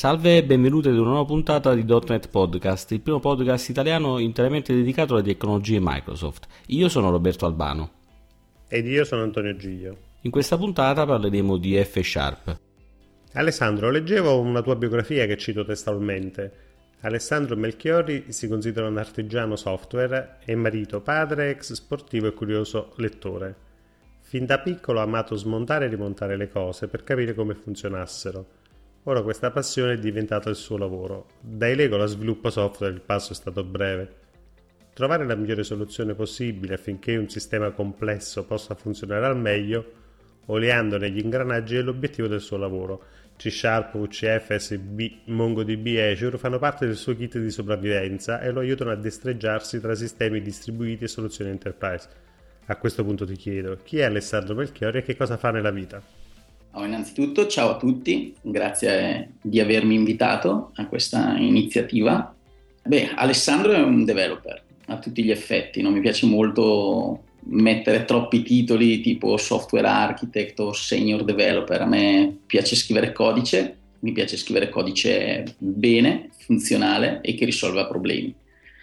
Salve e benvenuti ad una nuova puntata di .NET Podcast, il primo podcast italiano interamente dedicato alle tecnologie Microsoft. Io sono Roberto Albano. Ed io sono Antonio Giglio. In questa puntata parleremo di F#. Alessandro, leggevo una tua biografia che cito testualmente. Alessandro Melchiori si considera un artigiano software, è marito, padre, ex sportivo e curioso lettore. Fin da piccolo ha amato smontare e rimontare le cose per capire come funzionassero. Ora questa passione è diventata il suo lavoro. Dai Lego allo sviluppo software il passo è stato breve. Trovare la migliore soluzione possibile affinché un sistema complesso possa funzionare al meglio, oleandone gli ingranaggi, è l'obiettivo del suo lavoro. C#, VCF, SB, MongoDB e Azure fanno parte del suo kit di sopravvivenza e lo aiutano a destreggiarsi tra sistemi distribuiti e soluzioni enterprise. A questo punto ti chiedo, chi è Alessandro Melchiori e che cosa fa nella vita? Innanzitutto, ciao a tutti, grazie di avermi invitato a questa iniziativa. Alessandro è un developer a tutti gli effetti, non mi piace molto mettere troppi titoli tipo software architect o senior developer. A me piace scrivere codice, mi piace scrivere codice bene, funzionale e che risolva problemi.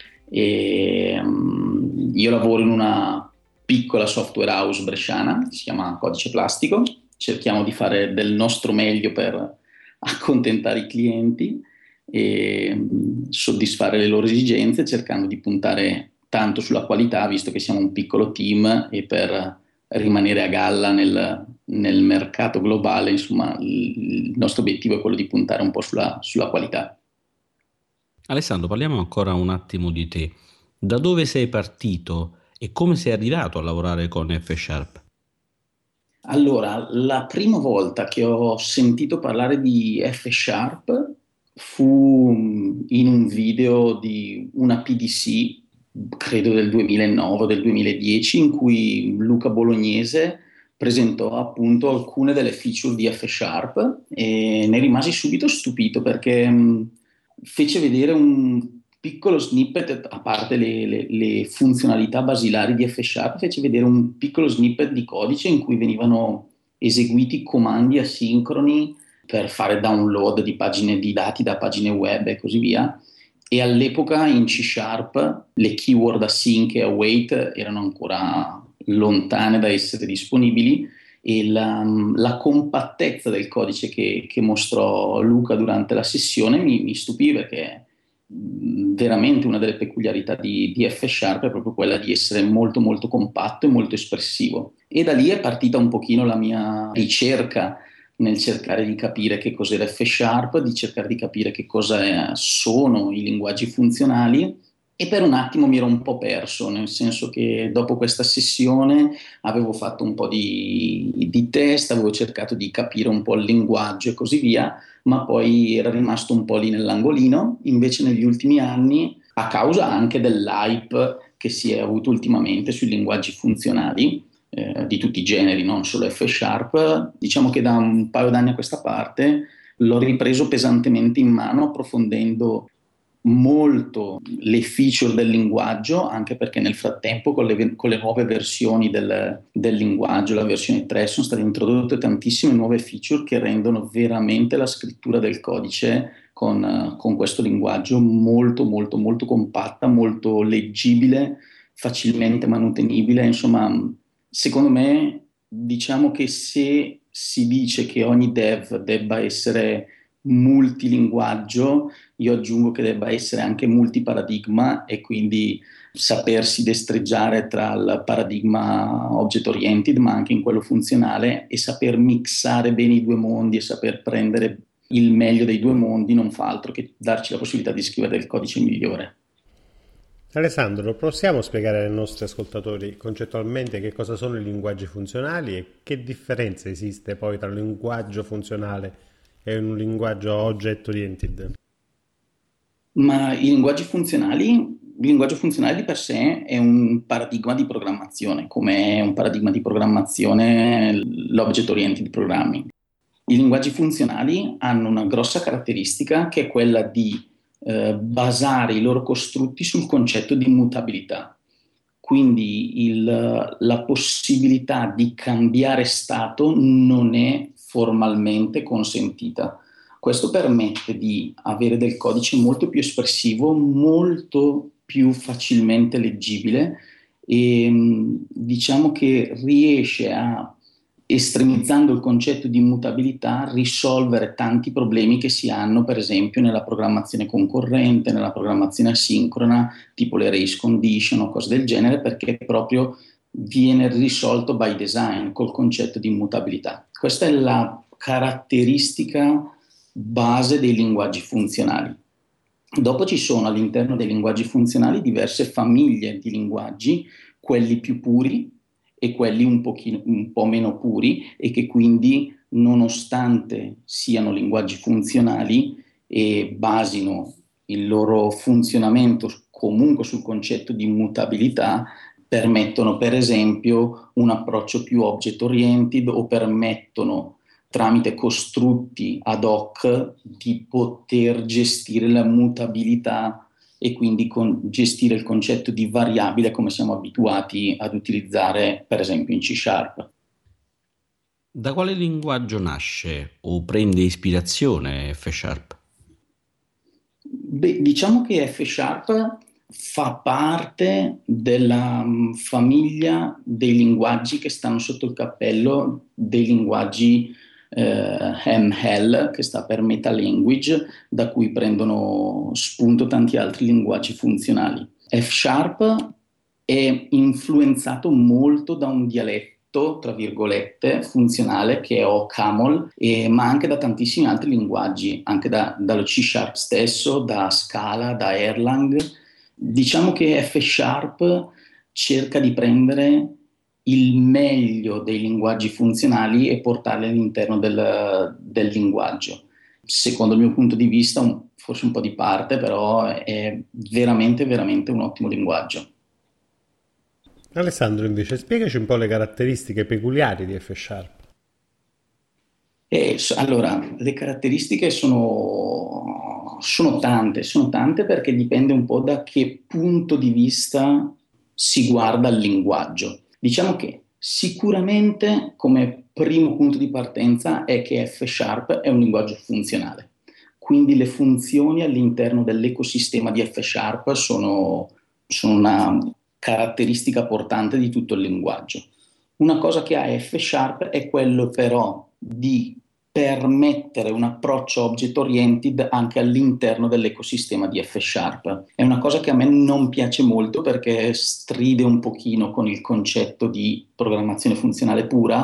Io lavoro in una piccola software house bresciana, si chiama Codice Plastico. Cerchiamo di fare del nostro meglio per accontentare i clienti e soddisfare le loro esigenze, cercando di puntare tanto sulla qualità, visto che siamo un piccolo team, e per rimanere a galla nel mercato globale. Insomma, il nostro obiettivo è quello di puntare un po' sulla qualità. Alessandro, parliamo ancora un attimo di te. Da dove sei partito e come sei arrivato a lavorare con F#? Allora, la prima volta che ho sentito parlare di F# fu in un video di una PDC, credo del 2009 o del 2010, in cui Luca Bolognese presentò appunto alcune delle feature di F# e ne rimasi subito stupito perché fece vedere un piccolo snippet, a parte le funzionalità basilari di F#, fece vedere un piccolo snippet di codice in cui venivano eseguiti comandi asincroni per fare download di pagine di dati da pagine web e così via. E all'epoca in C# le keyword async e await erano ancora lontane da essere disponibili, e la compattezza del codice che mostrò Luca durante la sessione mi stupì, perché veramente una delle peculiarità di F# è proprio quella di essere molto molto compatto e molto espressivo. E da lì è partita un pochino la mia ricerca nel cercare di capire che cos'era F#, di cercare di capire che cosa sono i linguaggi funzionali. E per un attimo mi ero un po' perso, nel senso che dopo questa sessione avevo fatto un po' di test, avevo cercato di capire un po' il linguaggio e così via, ma poi era rimasto un po' lì nell'angolino. Invece negli ultimi anni, a causa anche dell'hype che si è avuto ultimamente sui linguaggi funzionali, di tutti i generi, non solo F#, diciamo che da un paio d'anni a questa parte l'ho ripreso pesantemente in mano, approfondendo molto le feature del linguaggio, anche perché nel frattempo con le nuove versioni del linguaggio, la versione 3, sono state introdotte tantissime nuove feature che rendono veramente la scrittura del codice con questo linguaggio molto molto molto compatta, molto leggibile, facilmente manutenibile. Insomma, secondo me, diciamo che se si dice che ogni dev debba essere multilinguaggio, io aggiungo che debba essere anche multiparadigma, e quindi sapersi destreggiare tra il paradigma object oriented ma anche in quello funzionale, e saper mixare bene i due mondi e saper prendere il meglio dei due mondi non fa altro che darci la possibilità di scrivere del codice migliore. Alessandro, possiamo spiegare ai nostri ascoltatori concettualmente che cosa sono i linguaggi funzionali e che differenza esiste poi tra un linguaggio funzionale e un linguaggio object oriented? Ma il linguaggio funzionale di per sé è un paradigma di programmazione, come è un paradigma di programmazione l'object oriented programming. I linguaggi funzionali hanno una grossa caratteristica, che è quella di basare i loro costrutti sul concetto di immutabilità. Quindi la possibilità di cambiare stato non è formalmente consentita. Questo permette di avere del codice molto più espressivo, molto più facilmente leggibile e diciamo che riesce a, estremizzando il concetto di immutabilità, risolvere tanti problemi che si hanno, per esempio, nella programmazione concorrente, nella programmazione asincrona, tipo le race condition o cose del genere, perché proprio viene risolto by design col concetto di immutabilità. Questa è la caratteristica base dei linguaggi funzionali. Dopo ci sono all'interno dei linguaggi funzionali diverse famiglie di linguaggi, quelli più puri e quelli un po' meno puri e che quindi, nonostante siano linguaggi funzionali e basino il loro funzionamento comunque sul concetto di immutabilità, permettono per esempio un approccio più object oriented o permettono tramite costrutti ad hoc di poter gestire la mutabilità e quindi gestire il concetto di variabile come siamo abituati ad utilizzare per esempio in C Sharp. Da quale linguaggio nasce o prende ispirazione F Sharp? Beh, diciamo che F Sharp fa parte della famiglia dei linguaggi che stanno sotto il cappello dei linguaggi ML, che sta per Meta Language, da cui prendono spunto tanti altri linguaggi funzionali. F Sharp è influenzato molto da un dialetto, tra virgolette, funzionale che è OCaml, ma anche da tantissimi altri linguaggi, anche dallo C Sharp stesso, da Scala, da Erlang. Diciamo che F Sharp cerca di prendere il meglio dei linguaggi funzionali e portarli all'interno del linguaggio. Secondo il mio punto di vista, forse un po' di parte, però è veramente, veramente un ottimo linguaggio. Alessandro, invece, spiegaci un po' le caratteristiche peculiari di F Sharp. Allora, le caratteristiche sono tante perché dipende un po' da che punto di vista si guarda il linguaggio. Diciamo che sicuramente come primo punto di partenza è che F Sharp è un linguaggio funzionale, quindi le funzioni all'interno dell'ecosistema di F Sharp sono una caratteristica portante di tutto il linguaggio. Una cosa che ha F Sharp è quello però di permettere un approccio object oriented anche all'interno dell'ecosistema di F Sharp. È una cosa che a me non piace molto perché stride un pochino con il concetto di programmazione funzionale pura,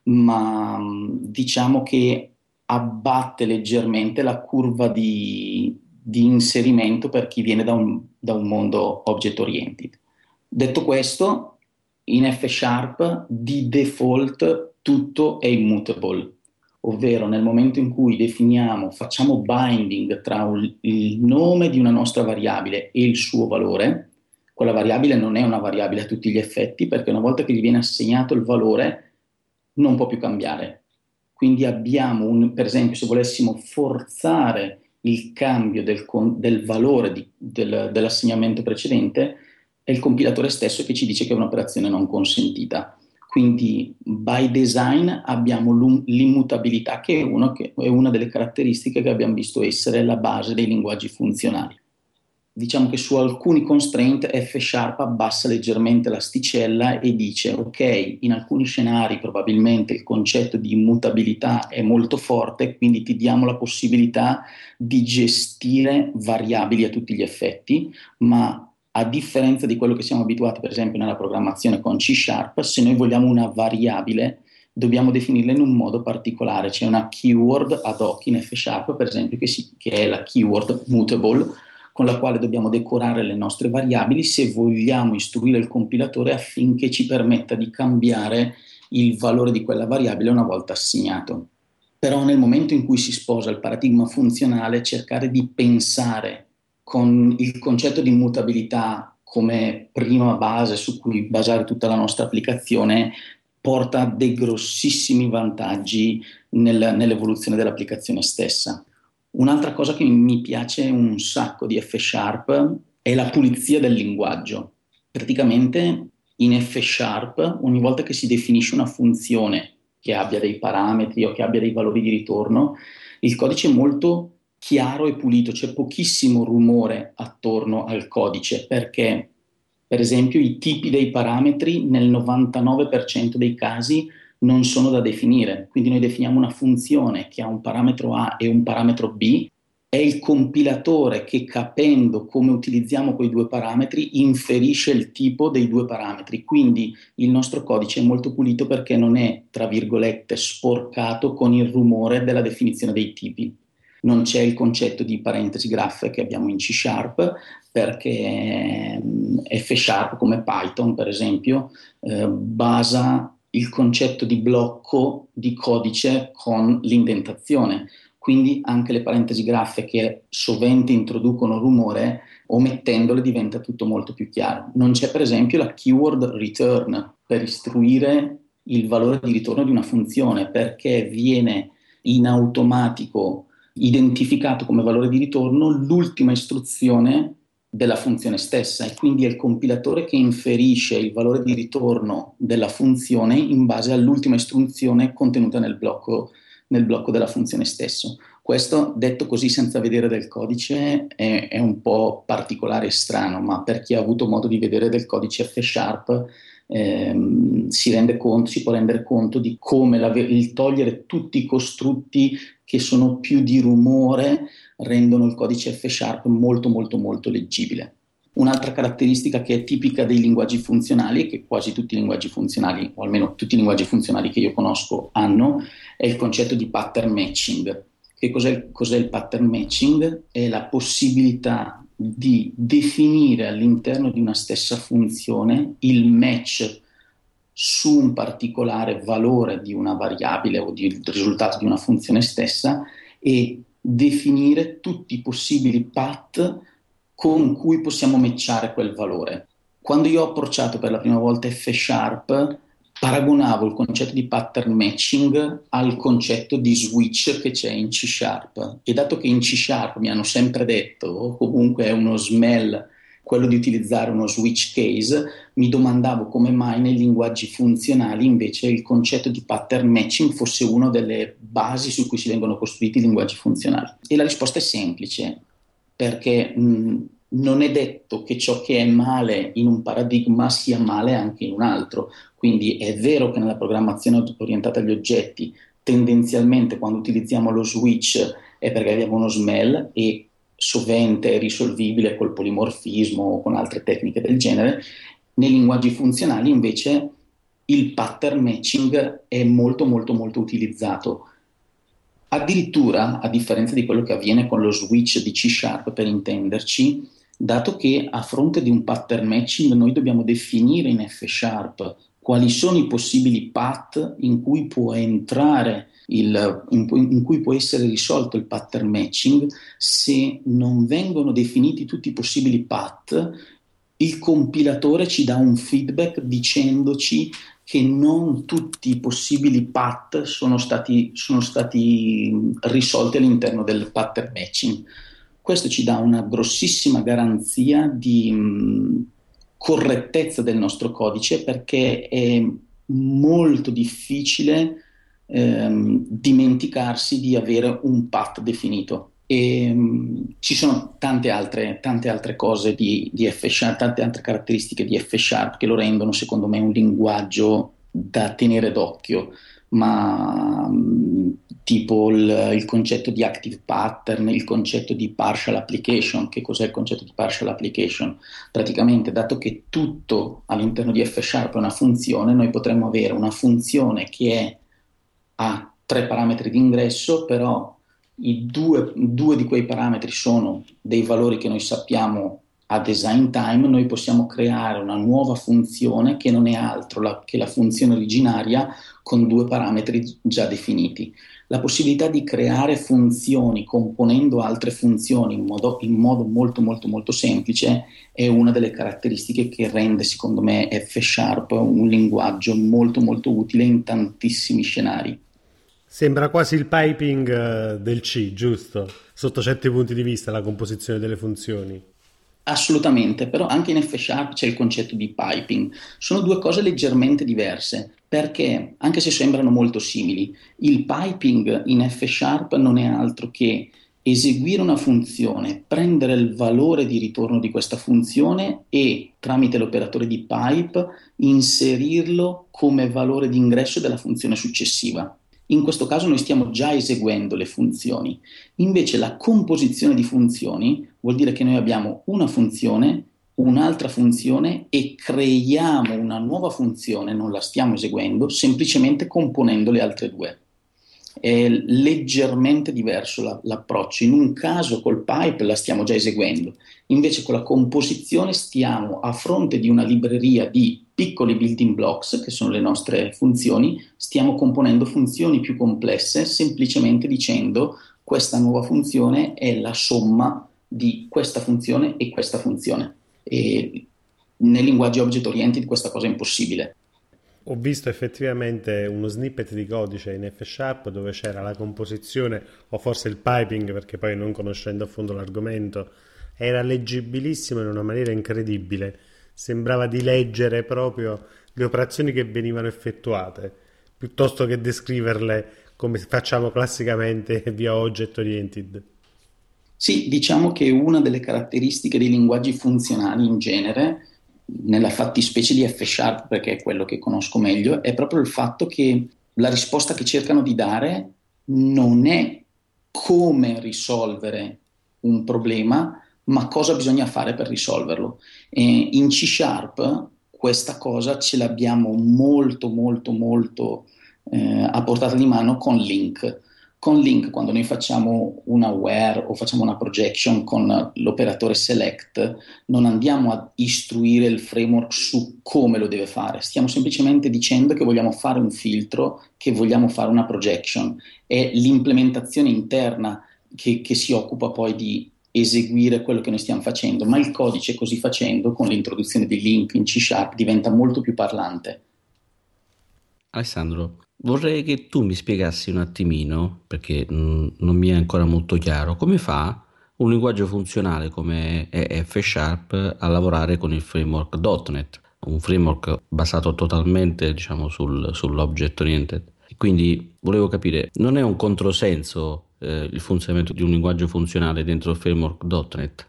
ma diciamo che abbatte leggermente la curva di inserimento per chi viene da un mondo object oriented. Detto questo, in F Sharp di default tutto è immutable, ovvero nel momento in cui facciamo binding tra il nome di una nostra variabile e il suo valore, quella variabile non è una variabile a tutti gli effetti perché una volta che gli viene assegnato il valore non può più cambiare. Quindi abbiamo, per esempio, se volessimo forzare il cambio del valore dell'assegnamento precedente, è il compilatore stesso che ci dice che è un'operazione non consentita. Quindi by design abbiamo l'immutabilità che è una delle caratteristiche che abbiamo visto essere la base dei linguaggi funzionali. Diciamo che su alcuni constraint F Sharp abbassa leggermente l'asticella e dice ok, in alcuni scenari probabilmente il concetto di immutabilità è molto forte, quindi ti diamo la possibilità di gestire variabili a tutti gli effetti, ma a differenza di quello che siamo abituati per esempio nella programmazione con C Sharp, se noi vogliamo una variabile dobbiamo definirla in un modo particolare. C'è una keyword ad hoc in F Sharp per esempio che è la keyword mutable, con la quale dobbiamo decorare le nostre variabili se vogliamo istruire il compilatore affinché ci permetta di cambiare il valore di quella variabile una volta assegnato. Però nel momento in cui si sposa il paradigma funzionale, cercare di pensare con il concetto di immutabilità come prima base su cui basare tutta la nostra applicazione porta dei grossissimi vantaggi nell'evoluzione dell'applicazione stessa. Un'altra cosa che mi piace un sacco di F Sharp è la pulizia del linguaggio. Praticamente in F Sharp ogni volta che si definisce una funzione che abbia dei parametri o che abbia dei valori di ritorno, Il codice è molto chiaro e pulito, c'è pochissimo rumore attorno al codice perché, per esempio, i tipi dei parametri nel 99% dei casi non sono da definire. Quindi noi definiamo una funzione che ha un parametro A e un parametro B, è il compilatore che, capendo come utilizziamo quei due parametri, inferisce il tipo dei due parametri. Quindi il nostro codice è molto pulito perché non è, tra virgolette, sporcato con il rumore della definizione dei tipi. Non c'è il concetto di parentesi graffe che abbiamo in C Sharp, perché F Sharp, come Python per esempio, basa il concetto di blocco di codice con l'indentazione. Quindi anche le parentesi graffe, che sovente introducono rumore, omettendole diventa tutto molto più chiaro. Non c'è per esempio la keyword return per istruire il valore di ritorno di una funzione, perché viene in automatico identificato come valore di ritorno l'ultima istruzione della funzione stessa, e quindi è il compilatore che inferisce il valore di ritorno della funzione in base all'ultima istruzione contenuta nel blocco della funzione stesso. Questo, detto così senza vedere del codice, è un po' particolare e strano, ma per chi ha avuto modo di vedere del codice F Sharp si può rendere conto di come il togliere tutti i costrutti che sono più di rumore rendono il codice F Sharp molto molto molto leggibile. Un'altra caratteristica che è tipica dei linguaggi funzionali, che quasi tutti i linguaggi funzionali, o almeno tutti i linguaggi funzionali che io conosco hanno, è il concetto di pattern matching. Che cos'è il pattern matching? È la possibilità di definire all'interno di una stessa funzione il match su un particolare valore di una variabile o del risultato di una funzione stessa, e definire tutti i possibili path con cui possiamo matchare quel valore. Quando io ho approcciato per la prima volta F Sharp, paragonavo il concetto di pattern matching al concetto di switch che c'è in C Sharp, e dato che in C Sharp mi hanno sempre detto, o comunque è uno smell, quello di utilizzare uno switch case, mi domandavo come mai nei linguaggi funzionali invece il concetto di pattern matching fosse una delle basi su cui si vengono costruiti i linguaggi funzionali. E la risposta è semplice, perché non è detto che ciò che è male in un paradigma sia male anche in un altro. Quindi è vero che nella programmazione orientata agli oggetti tendenzialmente quando utilizziamo lo switch è perché abbiamo uno smell, e sovente è risolvibile col polimorfismo o con altre tecniche del genere. Nei linguaggi funzionali invece il pattern matching è molto molto molto utilizzato. Addirittura, a differenza di quello che avviene con lo switch di C Sharp, per intenderci, dato che a fronte di un pattern matching noi dobbiamo definire in F Sharp quali sono i possibili path in cui può entrare in cui può essere risolto il pattern matching, se non vengono definiti tutti i possibili path, il compilatore ci dà un feedback dicendoci che non tutti i possibili path sono stati risolti all'interno del pattern matching. Questo ci dà una grossissima garanzia di correttezza del nostro codice, perché è molto difficile dimenticarsi di avere un path definito. Ci sono tante altre cose di F Sharp, tante altre caratteristiche di F Sharp che lo rendono, secondo me, un linguaggio da tenere d'occhio, ma tipo il concetto di active pattern, il concetto di partial application. Che cos'è il concetto di partial application? Praticamente, dato che tutto all'interno di F Sharp è una funzione, noi potremmo avere una funzione che ha 3 parametri di ingresso, però due di quei parametri sono dei valori che noi sappiamo a design time. Noi possiamo creare una nuova funzione che non è altro che la funzione originaria con 2 parametri già definiti. La possibilità di creare funzioni componendo altre funzioni in modo molto molto molto semplice è una delle caratteristiche che rende, secondo me, F Sharp un linguaggio molto molto utile in tantissimi scenari. Sembra quasi il piping del C, giusto? Sotto certi punti di vista, la composizione delle funzioni. Assolutamente, però anche in F Sharp c'è il concetto di piping. Sono due cose leggermente diverse, perché anche se sembrano molto simili, il piping in F Sharp non è altro che eseguire una funzione, prendere il valore di ritorno di questa funzione e tramite l'operatore di pipe inserirlo come valore di ingresso della funzione successiva. In questo caso noi stiamo già eseguendo le funzioni. Invece la composizione di funzioni vuol dire che noi abbiamo una funzione, un'altra funzione e creiamo una nuova funzione, non la stiamo eseguendo, semplicemente componendo le altre due. È leggermente diverso l'approccio. In un caso col pipe la stiamo già eseguendo, invece con la composizione stiamo a fronte di una libreria di piccoli building blocks, che sono le nostre funzioni, stiamo componendo funzioni più complesse, semplicemente dicendo questa nuova funzione è la somma di questa funzione e questa funzione. E nei linguaggi object oriented questa cosa è impossibile. Ho visto effettivamente uno snippet di codice in F Sharp dove c'era la composizione o forse il piping, perché poi non conoscendo a fondo l'argomento era leggibilissimo in una maniera incredibile. Sembrava di leggere proprio le operazioni che venivano effettuate, piuttosto che descriverle come facciamo classicamente via object oriented. Sì, diciamo che una delle caratteristiche dei linguaggi funzionali in genere, nella fattispecie di F Sharp, perché è quello che conosco meglio, è proprio il fatto che la risposta che cercano di dare non è come risolvere un problema, ma cosa bisogna fare per risolverlo. E in C Sharp questa cosa ce l'abbiamo molto, molto, molto a portata di mano con Link. Con Link, quando noi facciamo una where o facciamo una projection con l'operatore select, non andiamo a istruire il framework su come lo deve fare, stiamo semplicemente dicendo che vogliamo fare un filtro, che vogliamo fare una projection. È l'implementazione interna che si occupa poi di eseguire quello che noi stiamo facendo, ma il codice così facendo, con l'introduzione di Link in C Sharp, diventa molto più parlante. Alessandro, vorrei che tu mi spiegassi un attimino, perché non mi è ancora molto chiaro, come fa un linguaggio funzionale come è F Sharp a lavorare con il framework .NET, un framework basato totalmente, diciamo, sull'object oriented. Quindi volevo capire, non è un controsenso il funzionamento di un linguaggio funzionale dentro il framework .NET?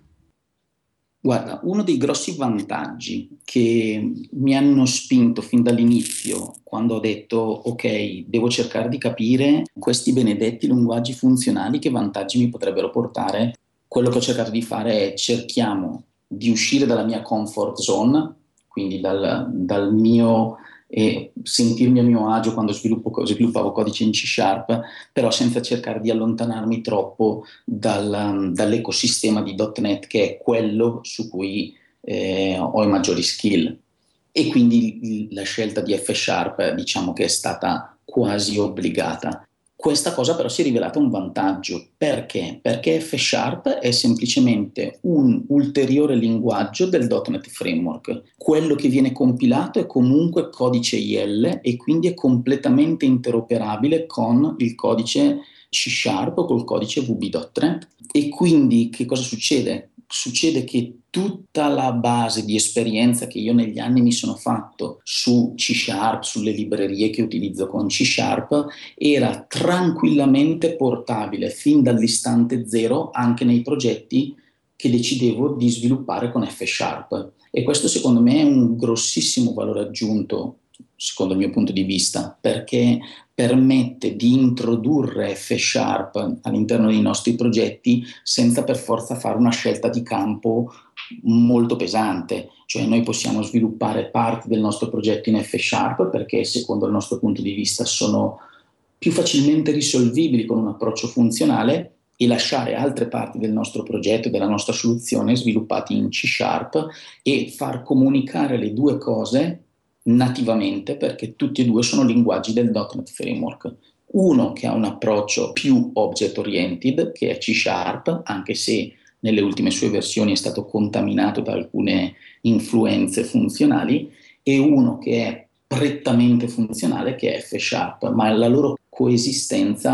Guarda, uno dei grossi vantaggi che mi hanno spinto fin dall'inizio, quando ho detto ok, devo cercare di capire questi benedetti linguaggi funzionali che vantaggi mi potrebbero portare, quello che ho cercato di fare è cerchiamo di uscire dalla mia comfort zone, quindi dal mio sentirmi a mio agio quando sviluppavo codice in C Sharp, però senza cercare di allontanarmi troppo dall'ecosistema di .NET che è quello su cui ho i maggiori skill. E quindi la scelta di F Sharp diciamo che è stata quasi obbligata. Questa cosa però si è rivelata un vantaggio. Perché? Perché F Sharp è semplicemente un ulteriore linguaggio del .NET Framework. Quello che viene compilato è comunque codice IL e quindi è completamente interoperabile con il codice C Sharp o col codice VB.NET. E quindi che cosa succede? Succede che tutta la base di esperienza che io negli anni mi sono fatto su C Sharp, sulle librerie che utilizzo con C Sharp, era tranquillamente portabile fin dall'istante zero anche nei progetti che decidevo di sviluppare con F Sharp. E questo secondo me è un grossissimo valore aggiunto, secondo il mio punto di vista, perché permette di introdurre F Sharp all'interno dei nostri progetti senza per forza fare una scelta di campo molto pesante. Cioè noi possiamo sviluppare parti del nostro progetto in F Sharp perché secondo il nostro punto di vista sono più facilmente risolvibili con un approccio funzionale e lasciare altre parti del nostro progetto, della nostra soluzione sviluppati in C Sharp e far comunicare le due cose nativamente perché tutti e due sono linguaggi del .NET Framework. Uno che ha un approccio più object oriented, che è C Sharp, anche se nelle ultime sue versioni è stato contaminato da alcune influenze funzionali, e uno che è prettamente funzionale, che è F Sharp, ma la loro coesistenza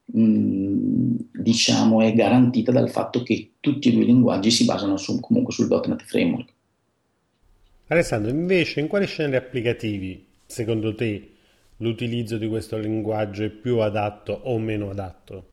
diciamo, è garantita dal fatto che tutti e due i linguaggi si basano comunque sul .NET Framework. Alessandro, invece, in quali scenari applicativi, secondo te, l'utilizzo di questo linguaggio è più adatto o meno adatto?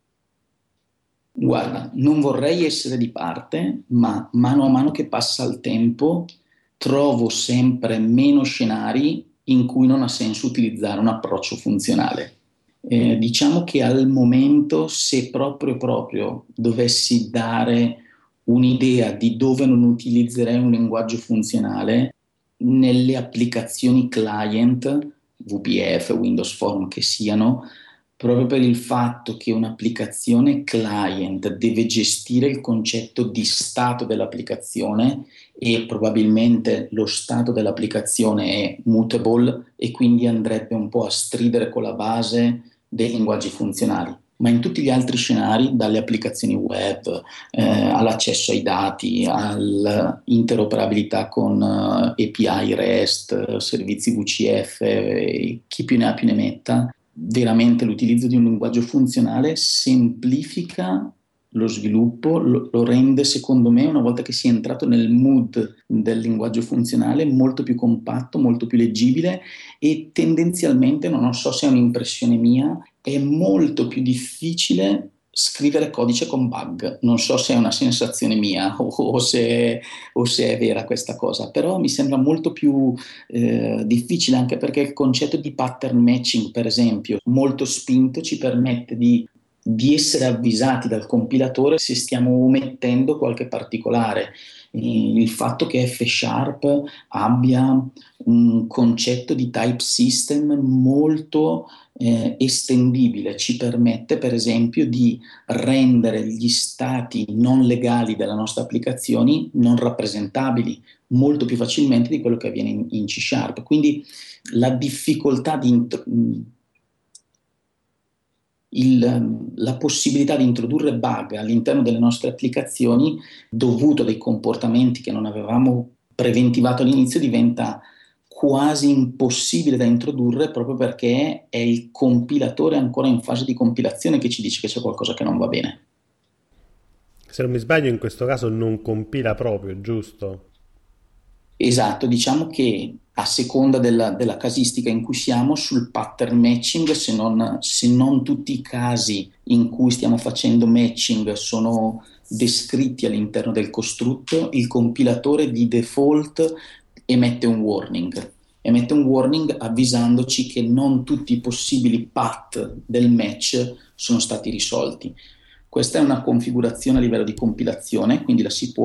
Guarda, non vorrei essere di parte, ma mano a mano che passa il tempo trovo sempre meno scenari in cui non ha senso utilizzare un approccio funzionale. Diciamo che al momento, se proprio dovessi dare un'idea di dove non utilizzerei un linguaggio funzionale, nelle applicazioni client, VPF, Windows Form che siano, proprio per il fatto che un'applicazione client deve gestire il concetto di stato dell'applicazione e probabilmente lo stato dell'applicazione è mutable e quindi andrebbe un po' a stridere con la base dei linguaggi funzionali. Ma in tutti gli altri scenari, dalle applicazioni web, all'accesso ai dati, all'interoperabilità con API REST, servizi VCF, chi più ne ha più ne metta, veramente l'utilizzo di un linguaggio funzionale semplifica lo sviluppo, lo rende secondo me, una volta che si è entrato nel mood del linguaggio funzionale, molto più compatto, molto più leggibile e tendenzialmente, non so se è un'impressione mia, è molto più difficile scrivere codice con bug. Non so se è una sensazione mia o se è vera questa cosa, però mi sembra molto più difficile, anche perché il concetto di pattern matching, per esempio, molto spinto, ci permette di essere avvisati dal compilatore se stiamo omettendo qualche particolare. Il fatto che F Sharp abbia un concetto di type system molto estendibile ci permette per esempio di rendere gli stati non legali della nostra applicazione non rappresentabili molto più facilmente di quello che avviene in C Sharp. Quindi la difficoltà la possibilità di introdurre bug all'interno delle nostre applicazioni dovuto a dei comportamenti che non avevamo preventivato all'inizio diventa quasi impossibile da introdurre proprio perché è il compilatore ancora in fase di compilazione che ci dice che c'è qualcosa che non va bene. Se non mi sbaglio, in questo caso non compila proprio, giusto? Esatto, diciamo che a seconda della casistica in cui siamo, sul pattern matching, se non tutti i casi in cui stiamo facendo matching sono descritti all'interno del costrutto, il compilatore di default emette un warning. Emette un warning avvisandoci che non tutti i possibili path del match sono stati risolti. Questa è una configurazione a livello di compilazione, quindi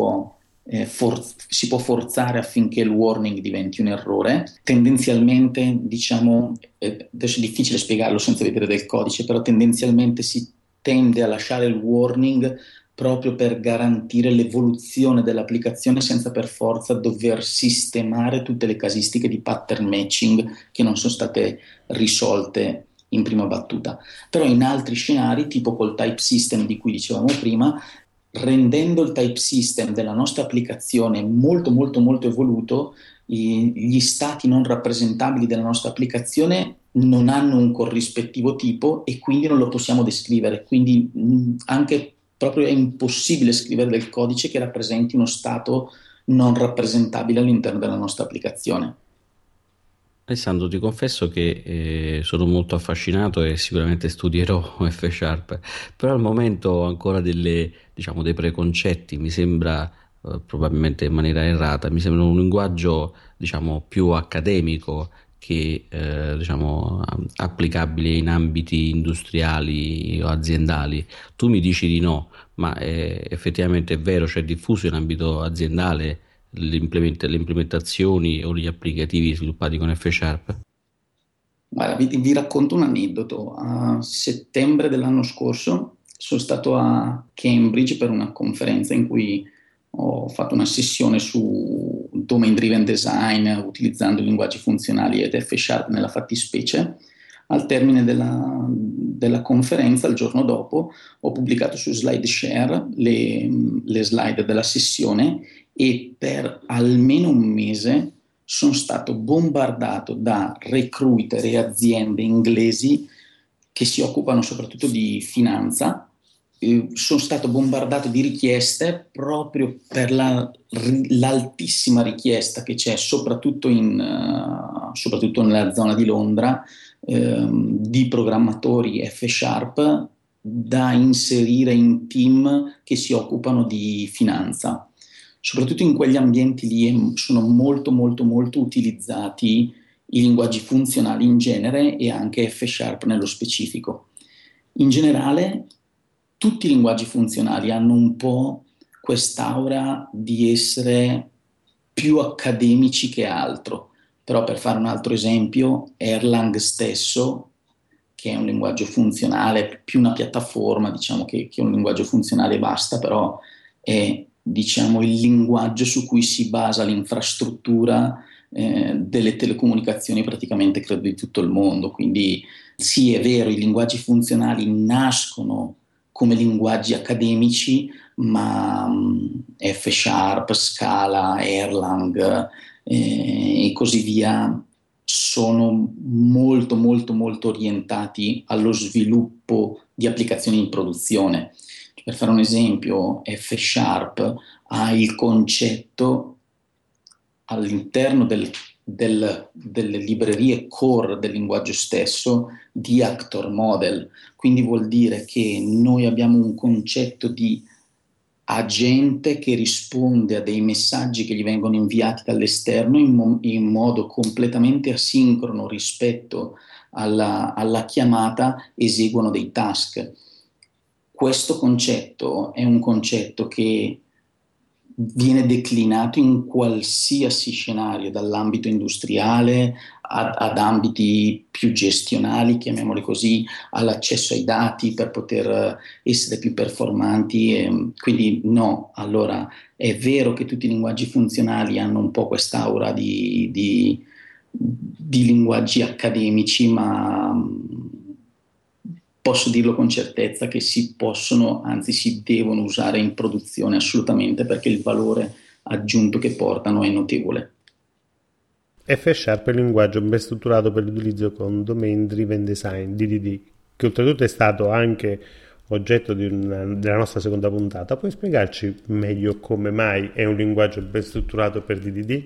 si può forzare affinché il warning diventi un errore. Tendenzialmente, diciamo, adesso è difficile spiegarlo senza vedere del codice, però tendenzialmente si tende a lasciare il warning proprio per garantire l'evoluzione dell'applicazione senza per forza dover sistemare tutte le casistiche di pattern matching che non sono state risolte in prima battuta. Però in altri scenari, tipo col type system di cui dicevamo prima, rendendo il type system della nostra applicazione molto evoluto, gli stati non rappresentabili della nostra applicazione non hanno un corrispettivo tipo e quindi non lo possiamo descrivere. Quindi anche proprio è impossibile scrivere del codice che rappresenti uno stato non rappresentabile all'interno della nostra applicazione. Alessandro, ti confesso che sono molto affascinato e sicuramente studierò F Sharp, però al momento ho ancora diciamo, dei preconcetti, mi sembra, probabilmente in maniera errata, mi sembra un linguaggio, diciamo, più accademico che, diciamo, applicabile in ambiti industriali o aziendali. Tu mi dici di no, ma effettivamente è vero, cioè è diffuso in ambito aziendale le implementazioni o gli applicativi sviluppati con F Sharp? Guarda, vi racconto un aneddoto. A settembre dell'anno scorso sono stato a Cambridge per una conferenza in cui ho fatto una sessione su domain driven design utilizzando linguaggi funzionali ed F Sharp nella fattispecie. Al termine della conferenza, il giorno dopo, ho pubblicato su SlideShare le slide della sessione e per almeno un mese sono stato bombardato da recruiter e aziende inglesi che si occupano soprattutto di finanza. Sono stato bombardato di richieste proprio per l'altissima richiesta che c'è, soprattutto nella zona di Londra, di programmatori F Sharp da inserire in team che si occupano di finanza. Soprattutto in quegli ambienti lì sono molto molto molto utilizzati i linguaggi funzionali in genere e anche F Sharp nello specifico. In generale, tutti i linguaggi funzionali hanno un po' quest'aura di essere più accademici che altro. Però per fare un altro esempio, Erlang stesso, che è un linguaggio funzionale, più una piattaforma, diciamo che un linguaggio funzionale e basta, però è, diciamo, il linguaggio su cui si basa l'infrastruttura delle telecomunicazioni praticamente credo di tutto il mondo. Quindi sì, è vero, i linguaggi funzionali nascono come linguaggi accademici, ma F Sharp, Scala, Erlang e così via sono molto molto molto orientati allo sviluppo di applicazioni in produzione. Per fare un esempio, F Sharp ha il concetto all'interno delle librerie core del linguaggio stesso di actor model. Quindi vuol dire che noi abbiamo un concetto di agente che risponde a dei messaggi che gli vengono inviati dall'esterno in modo completamente asincrono rispetto alla chiamata, eseguono dei task. Questo concetto è un concetto che viene declinato in qualsiasi scenario, dall'ambito industriale ad ambiti più gestionali, chiamiamoli così, all'accesso ai dati per poter essere più performanti. Quindi no, allora è vero che tutti i linguaggi funzionali hanno un po' quest'aura di linguaggi accademici, ma posso dirlo con certezza che si possono, anzi si devono usare in produzione assolutamente, perché il valore aggiunto che portano è notevole. F Sharp è il linguaggio ben strutturato per l'utilizzo con Domain Driven Design, DDD, che oltretutto è stato anche oggetto della nostra seconda puntata. Puoi spiegarci meglio come mai è un linguaggio ben strutturato per DDD?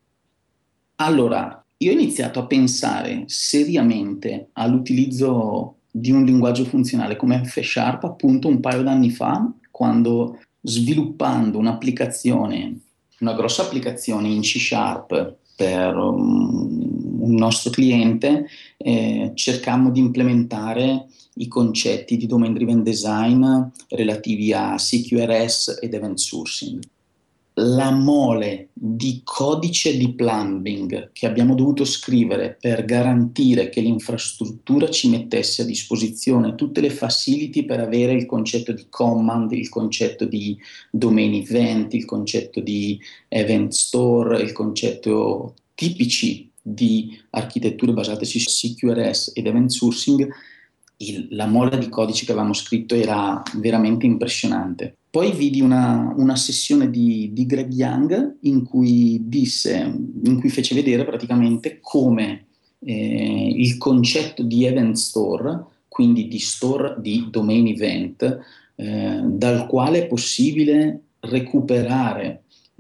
Allora, io ho iniziato a pensare seriamente all'utilizzo di un linguaggio funzionale come F Sharp appunto un paio d'anni fa, quando sviluppando un'applicazione, una grossa applicazione in C Sharp per un nostro cliente, cercammo di implementare i concetti di domain driven design relativi a CQRS ed event sourcing. La mole di codice di plumbing che abbiamo dovuto scrivere per garantire che l'infrastruttura ci mettesse a disposizione tutte le facility per avere il concetto di command, il concetto di domain event, il concetto di event store, il concetto tipici di architetture basate su CQRS ed event sourcing. La mole di codice che avevamo scritto era veramente impressionante. Poi vidi una sessione di Greg Young in cui fece vedere praticamente come il concetto di event store, quindi di store di domain event, dal quale è possibile recuperare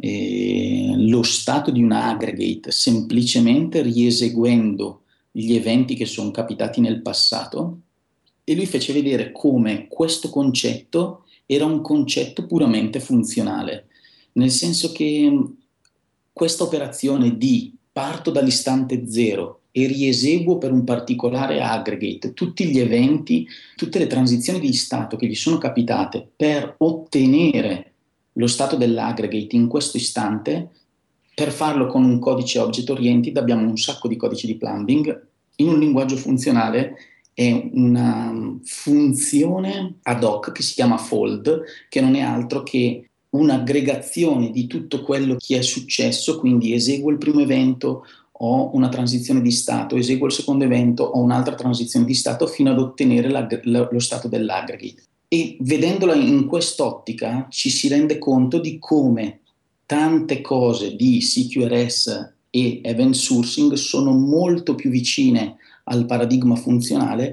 lo stato di una aggregate semplicemente rieseguendo gli eventi che sono capitati nel passato, e lui fece vedere come questo concetto era un concetto puramente funzionale, nel senso che questa operazione di parto dall'istante zero e rieseguo per un particolare aggregate tutti gli eventi, tutte le transizioni di stato che gli sono capitate per ottenere lo stato dell'aggregate in questo istante. Per farlo con un codice object oriented abbiamo un sacco di codici di plumbing. In un linguaggio funzionale è una funzione ad hoc che si chiama fold, che non è altro che un'aggregazione di tutto quello che è successo, quindi eseguo il primo evento, ho una transizione di stato, eseguo il secondo evento, ho un'altra transizione di stato fino ad ottenere lo stato dell'aggregate. E vedendola in quest'ottica ci si rende conto di come tante cose di CQRS e event sourcing sono molto più vicine al paradigma funzionale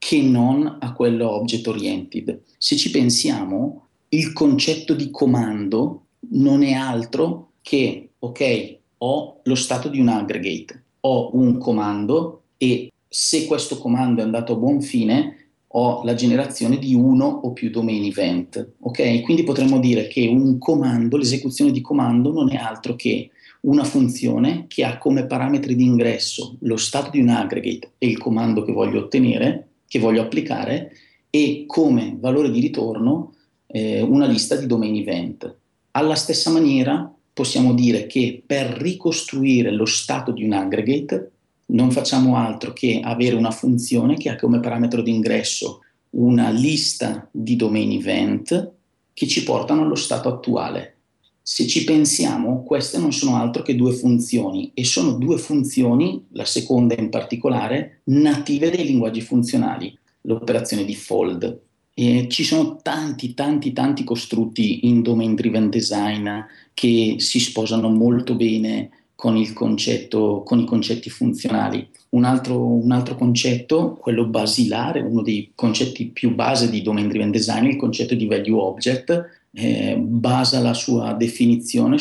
che non a quello object oriented. Se ci pensiamo, il concetto di comando non è altro che, ok, ho lo stato di un aggregate, ho un comando e se questo comando è andato a buon fine, ho la generazione di uno o più domain event. Ok? Quindi potremmo dire che un comando, l'esecuzione di comando, non è altro che una funzione che ha come parametri di ingresso lo stato di un aggregate e il comando che voglio ottenere, che voglio applicare, e come valore di ritorno una lista di domain event. Alla stessa maniera possiamo dire che per ricostruire lo stato di un aggregate non facciamo altro che avere una funzione che ha come parametro di ingresso una lista di domain event che ci portano allo stato attuale. Se ci pensiamo, queste non sono altro che due funzioni e sono due funzioni, la seconda in particolare, native dei linguaggi funzionali, l'operazione di fold. E ci sono tanti costrutti in domain driven design che si sposano molto bene con il concetto, con i concetti funzionali. Un altro concetto, quello basilare, uno dei concetti più base di domain driven design, il concetto di value object, basa la sua definizione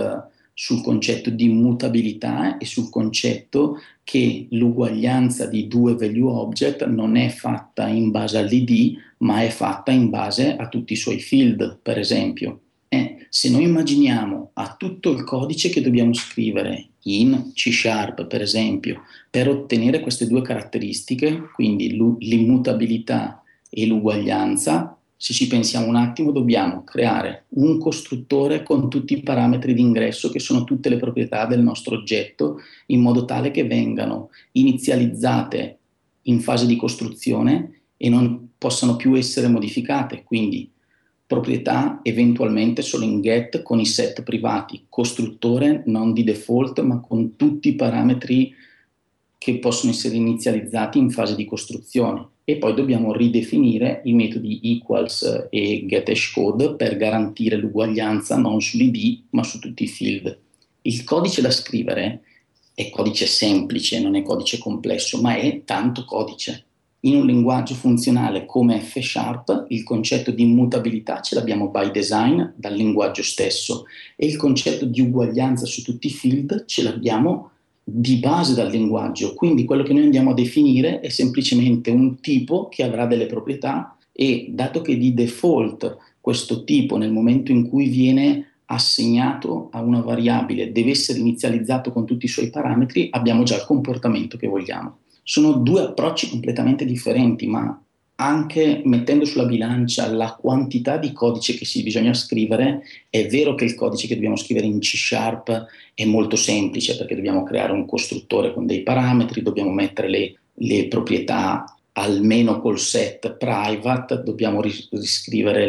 sul concetto di mutabilità e sul concetto che l'uguaglianza di due value object non è fatta in base all'id, ma è fatta in base a tutti i suoi field, per esempio. Se noi immaginiamo a tutto il codice che dobbiamo scrivere in C#, per esempio, per ottenere queste due caratteristiche, quindi l'immutabilità e l'uguaglianza, se ci pensiamo un attimo, dobbiamo creare un costruttore con tutti i parametri di ingresso, che sono tutte le proprietà del nostro oggetto, in modo tale che vengano inizializzate in fase di costruzione e non possano più essere modificate. Quindi proprietà eventualmente solo in get con i set privati, costruttore non di default ma con tutti i parametri che possono essere inizializzati in fase di costruzione, e poi dobbiamo ridefinire i metodi equals e getHashCode per garantire l'uguaglianza non sull'id ma su tutti i field. Il codice da scrivere è codice semplice, non è codice complesso, ma è tanto codice. In un linguaggio funzionale come F#, il concetto di immutabilità ce l'abbiamo by design dal linguaggio stesso e il concetto di uguaglianza su tutti i field ce l'abbiamo di base dal linguaggio. Quindi quello che noi andiamo a definire è semplicemente un tipo che avrà delle proprietà e dato che di default questo tipo nel momento in cui viene assegnato a una variabile deve essere inizializzato con tutti i suoi parametri, abbiamo già il comportamento che vogliamo. Sono due approcci completamente differenti, ma anche mettendo sulla bilancia la quantità di codice che bisogna scrivere, è vero che il codice che dobbiamo scrivere in C# è molto semplice perché dobbiamo creare un costruttore con dei parametri, dobbiamo mettere le proprietà almeno col set private, dobbiamo riscrivere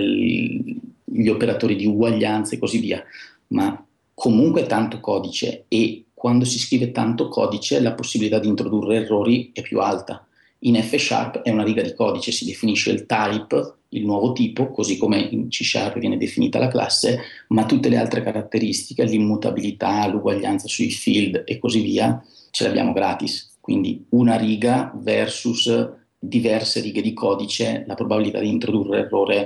gli operatori di uguaglianza e così via, ma comunque tanto codice, e quando si scrive tanto codice la possibilità di introdurre errori è più alta. In F# è una riga di codice, si definisce il type, il nuovo tipo, così come in C# viene definita la classe, ma tutte le altre caratteristiche, l'immutabilità, l'uguaglianza sui field e così via, ce le abbiamo gratis. Quindi una riga versus diverse righe di codice, la probabilità di introdurre errore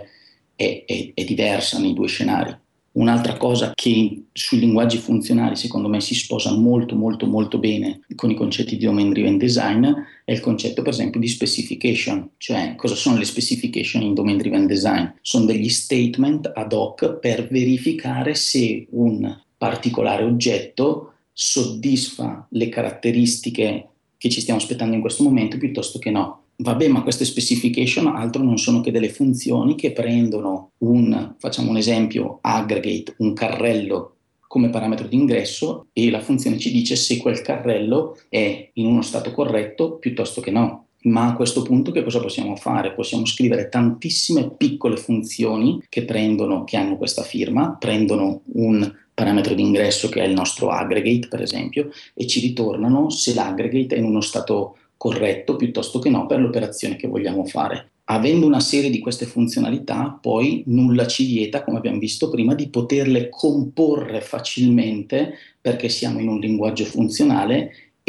è diversa nei due scenari. Un'altra cosa che sui linguaggi funzionali secondo me si sposa molto bene con i concetti di domain driven design è il concetto per esempio di specification. Cioè, cosa sono le specification in domain driven design? Sono degli statement ad hoc per verificare se un particolare oggetto soddisfa le caratteristiche che ci stiamo aspettando in questo momento piuttosto che no. Vabbè, ma queste specification altro non sono che delle funzioni che prendono facciamo un esempio, aggregate, un carrello come parametro di ingresso, e la funzione ci dice se quel carrello è in uno stato corretto piuttosto che no. Ma a questo punto che cosa possiamo fare? Possiamo scrivere tantissime piccole funzioni che hanno questa firma, prendono un parametro di ingresso che è il nostro aggregate, per esempio, e ci ritornano se l'aggregate è in uno stato corretto piuttosto che no per l'operazione che vogliamo fare. Avendo una serie di queste funzionalità, poi nulla ci vieta, come abbiamo visto prima, di poterle comporre facilmente perché siamo in un linguaggio funzionale e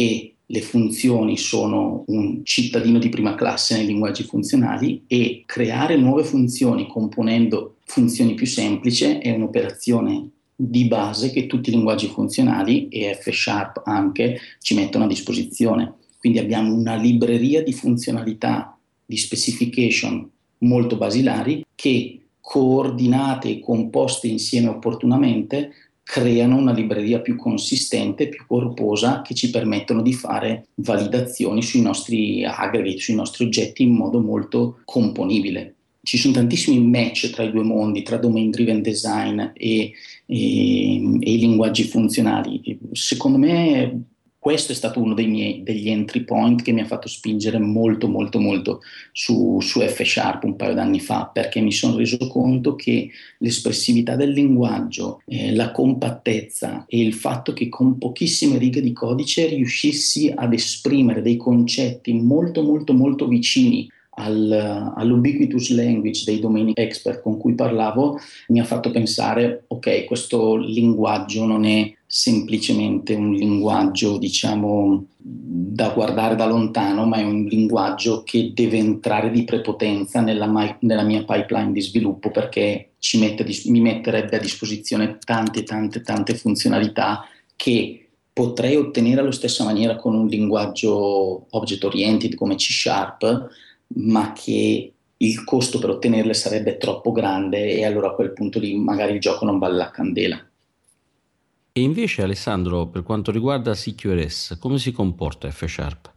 le funzioni sono un cittadino di prima classe nei linguaggi funzionali e creare nuove funzioni componendo funzioni più semplici è un'operazione di base che tutti i linguaggi funzionali e F# anche ci mettono a disposizione. Quindi abbiamo una libreria di funzionalità, di specification molto basilari che coordinate e composte insieme opportunamente creano una libreria più consistente, più corposa, che ci permettono di fare validazioni sui nostri aggregate, sui nostri oggetti in modo molto componibile. Ci sono tantissimi match tra i due mondi, tra domain driven design e i linguaggi funzionali. Secondo me questo è stato uno degli entry point che mi ha fatto spingere molto molto molto su F# un paio d'anni fa, perché mi sono reso conto che l'espressività del linguaggio, la compattezza e il fatto che con pochissime righe di codice riuscissi ad esprimere dei concetti molto molto molto vicini all'ubiquitous language dei domain expert con cui parlavo, mi ha fatto pensare, ok, questo linguaggio non è semplicemente un linguaggio, diciamo, da guardare da lontano, ma è un linguaggio che deve entrare di prepotenza nella mia pipeline di sviluppo, perché mi metterebbe a disposizione tante funzionalità che potrei ottenere allo stesso maniera con un linguaggio object oriented come C#, ma che il costo per ottenerle sarebbe troppo grande e allora a quel punto lì magari il gioco non vale la candela. E invece Alessandro, per quanto riguarda CQRS, come si comporta F#?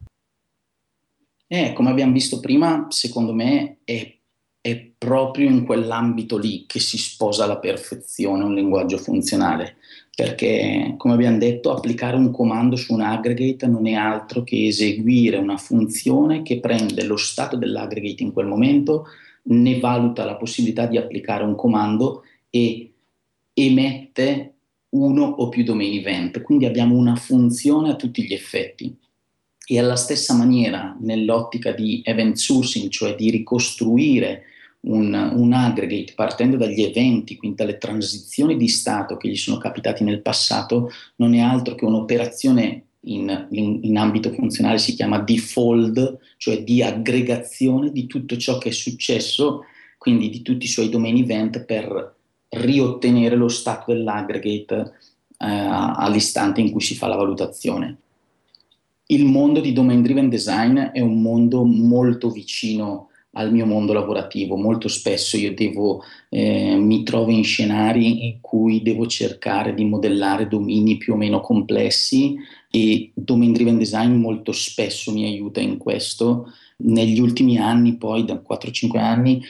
Come abbiamo visto prima, secondo me è proprio in quell'ambito lì che si sposa alla perfezione un linguaggio funzionale, perché, come abbiamo detto, applicare un comando su un aggregate non è altro che eseguire una funzione che prende lo stato dell'aggregate in quel momento, ne valuta la possibilità di applicare un comando e emette uno o più domain event. Quindi abbiamo una funzione a tutti gli effetti. E alla stessa maniera, nell'ottica di event sourcing, cioè di ricostruire un aggregate partendo dagli eventi, quindi dalle transizioni di stato che gli sono capitati nel passato, non è altro che un'operazione in ambito funzionale, si chiama default, cioè di aggregazione di tutto ciò che è successo, quindi di tutti i suoi domain event per riottenere lo stato dell'aggregate all'istante in cui si fa la valutazione. Il mondo di domain driven design è un mondo molto vicino al mio mondo lavorativo. Molto spesso io mi trovo in scenari in cui devo cercare di modellare domini più o meno complessi e domain driven design molto spesso mi aiuta in questo. Negli ultimi anni, poi da 4-5 anni,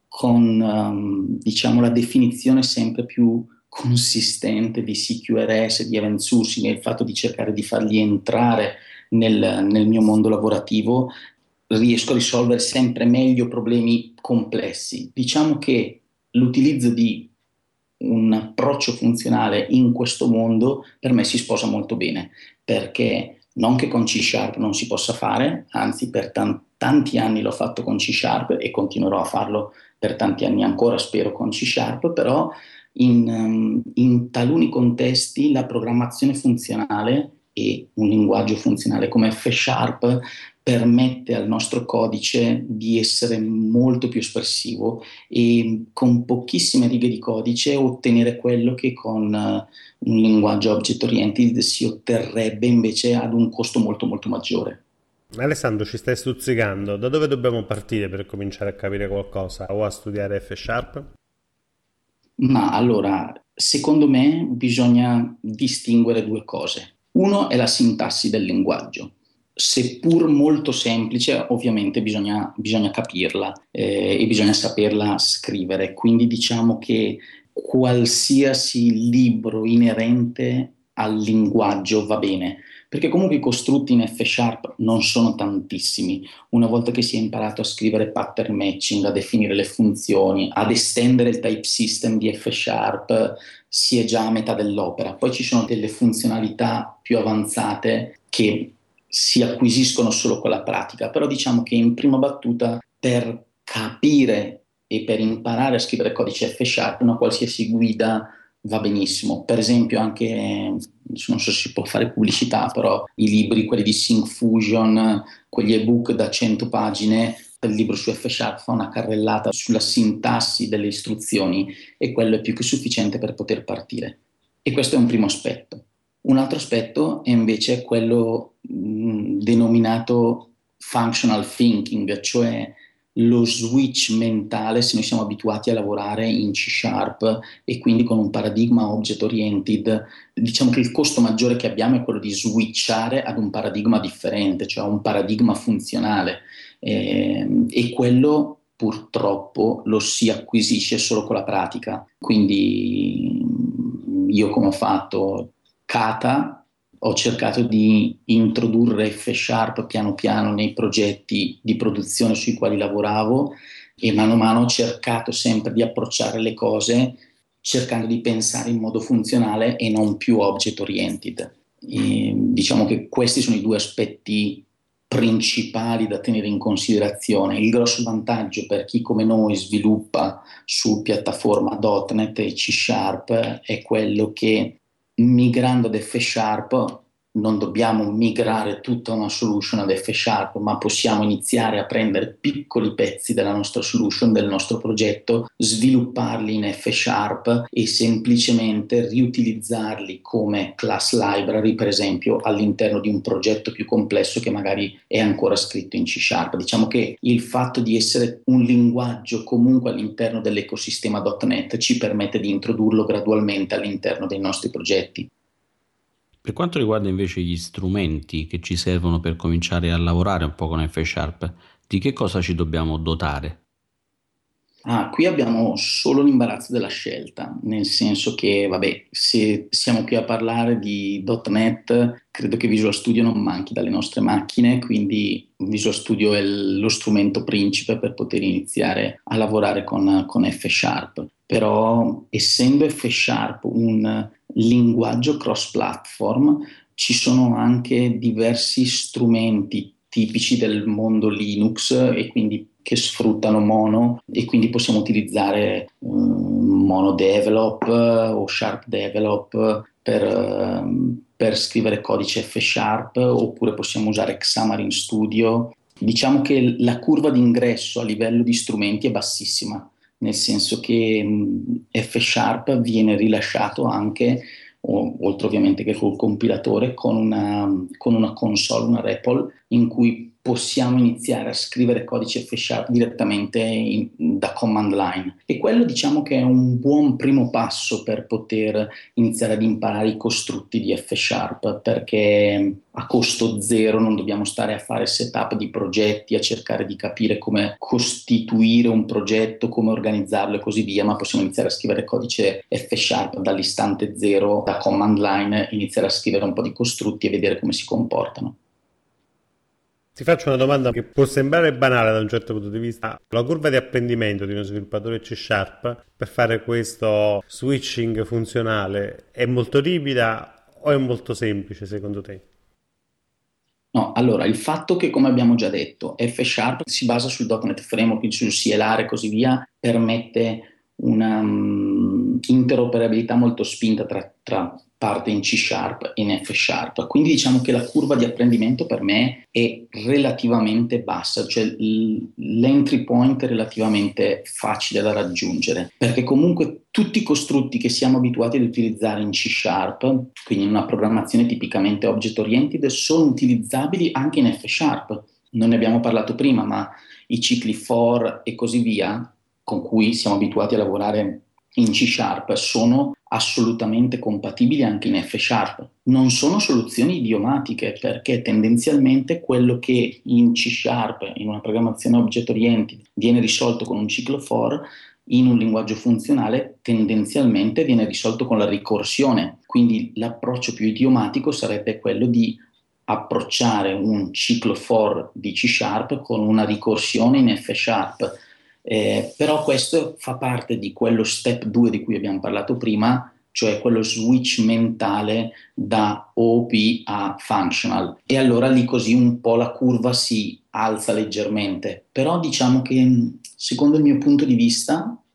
con diciamo la definizione sempre più consistente di CQRS, di event sourcing e il fatto di cercare di farli entrare nel mio mondo lavorativo, riesco a risolvere sempre meglio problemi complessi. Diciamo che l'utilizzo di un approccio funzionale in questo mondo per me si sposa molto bene, perché non che con C# non si possa fare, anzi per tanti anni l'ho fatto con C# e continuerò a farlo per tanti anni ancora, spero, con C#, però in taluni contesti la programmazione funzionale e un linguaggio funzionale come F# permette al nostro codice di essere molto più espressivo e con pochissime righe di codice ottenere quello che con un linguaggio object oriented si otterrebbe invece ad un costo molto molto maggiore. Alessandro, ci stai stuzzicando. Da dove dobbiamo partire per cominciare a capire qualcosa o a studiare F#? Ma allora, secondo me bisogna distinguere due cose. Uno è la sintassi del linguaggio. Seppur molto semplice, ovviamente bisogna capirla e bisogna saperla scrivere. Quindi diciamo che qualsiasi libro inerente al linguaggio va bene, perché comunque i costrutti in F# non sono tantissimi. Una volta che si è imparato a scrivere pattern matching, a definire le funzioni, ad estendere il type system di F#, si è già a metà dell'opera. Poi ci sono delle funzionalità più avanzate che si acquisiscono solo con la pratica, però diciamo che in prima battuta per capire e per imparare a scrivere codice F#, una qualsiasi guida va benissimo. Per esempio anche, non so se si può fare pubblicità, però i libri, quelli di Syncfusion, quegli ebook da 100 pagine, il libro su F Sharp fa una carrellata sulla sintassi delle istruzioni e quello è più che sufficiente per poter partire. E questo è un primo aspetto. Un altro aspetto è invece quello denominato functional thinking, cioè lo switch mentale se noi siamo abituati a lavorare in C Sharp e quindi con un paradigma object oriented. Diciamo che il costo maggiore che abbiamo è quello di switchare ad un paradigma differente, cioè un paradigma funzionale, e quello purtroppo lo si acquisisce solo con la pratica. Quindi io, come ho fatto Kata, ho cercato di introdurre F Sharp piano piano nei progetti di produzione sui quali lavoravo e mano a mano ho cercato sempre di approcciare le cose cercando di pensare in modo funzionale e non più object oriented. E diciamo che questi sono i due aspetti principali da tenere in considerazione. Il grosso vantaggio per chi come noi sviluppa su piattaforma .NET e C Sharp è quello che migrando ad F Sharp non dobbiamo migrare tutta una solution ad F Sharp, ma possiamo iniziare a prendere piccoli pezzi della nostra solution, del nostro progetto, svilupparli in F Sharp e semplicemente riutilizzarli come class library, per esempio, all'interno di un progetto più complesso che magari è ancora scritto in C Sharp. Diciamo che il fatto di essere un linguaggio comunque all'interno dell'ecosistema .NET ci permette di introdurlo gradualmente all'interno dei nostri progetti. Per quanto riguarda invece gli strumenti che ci servono per cominciare a lavorare un po' con F Sharp, di che cosa ci dobbiamo dotare? Qui abbiamo solo l'imbarazzo della scelta, nel senso che, vabbè, se siamo qui a parlare di .NET, credo che Visual Studio non manchi dalle nostre macchine, quindi Visual Studio è lo strumento principe per poter iniziare a lavorare con F Sharp. Però, essendo F Sharp un linguaggio cross-platform, ci sono anche diversi strumenti tipici del mondo Linux e quindi che sfruttano Mono e quindi possiamo utilizzare Mono Develop o Sharp Develop per scrivere codice F Sharp, oppure possiamo usare Xamarin Studio. Diciamo che la curva d'ingresso a livello di strumenti è bassissima, nel senso che F Sharp viene rilasciato anche, oltre ovviamente che col compilatore, con una console, una REPL, in cui possiamo iniziare a scrivere codice F Sharp direttamente da command line. E quello diciamo che è un buon primo passo per poter iniziare ad imparare i costrutti di F Sharp, perché a costo zero non dobbiamo stare a fare setup di progetti, a cercare di capire come costituire un progetto, come organizzarlo e così via, ma possiamo iniziare a scrivere codice F Sharp dall'istante zero, da command line, iniziare a scrivere un po' di costrutti e vedere come si comportano. Ti faccio una domanda che può sembrare banale da un certo punto di vista. La curva di apprendimento di uno sviluppatore C Sharp per fare questo switching funzionale è molto ripida o è molto semplice secondo te? No, allora, il fatto che, come abbiamo già detto, F Sharp si basa sul .NET Framework, sul CLR e così via, permette una interoperabilità molto spinta tra parte in C Sharp e in F Sharp. Quindi diciamo che la curva di apprendimento per me è relativamente bassa, cioè l'entry point è relativamente facile da raggiungere, perché comunque tutti i costrutti che siamo abituati ad utilizzare in C Sharp, quindi in una programmazione tipicamente object oriented, sono utilizzabili anche in F Sharp. Non ne abbiamo parlato prima, ma i cicli for e così via, con cui siamo abituati a lavorare in C Sharp, sono assolutamente compatibili anche in F Sharp. Non sono soluzioni idiomatiche, perché tendenzialmente quello che in C Sharp, in una programmazione object oriented, viene risolto con un ciclo for, in un linguaggio funzionale tendenzialmente viene risolto con la ricorsione. Quindi l'approccio più idiomatico sarebbe quello di approcciare un ciclo for di C Sharp con una ricorsione in F Sharp. Però questo fa parte di quello step 2 di cui abbiamo parlato prima, cioè quello switch mentale da OOP a functional. E allora lì così un po' la curva si alza leggermente. Però diciamo che, secondo il mio punto di vista,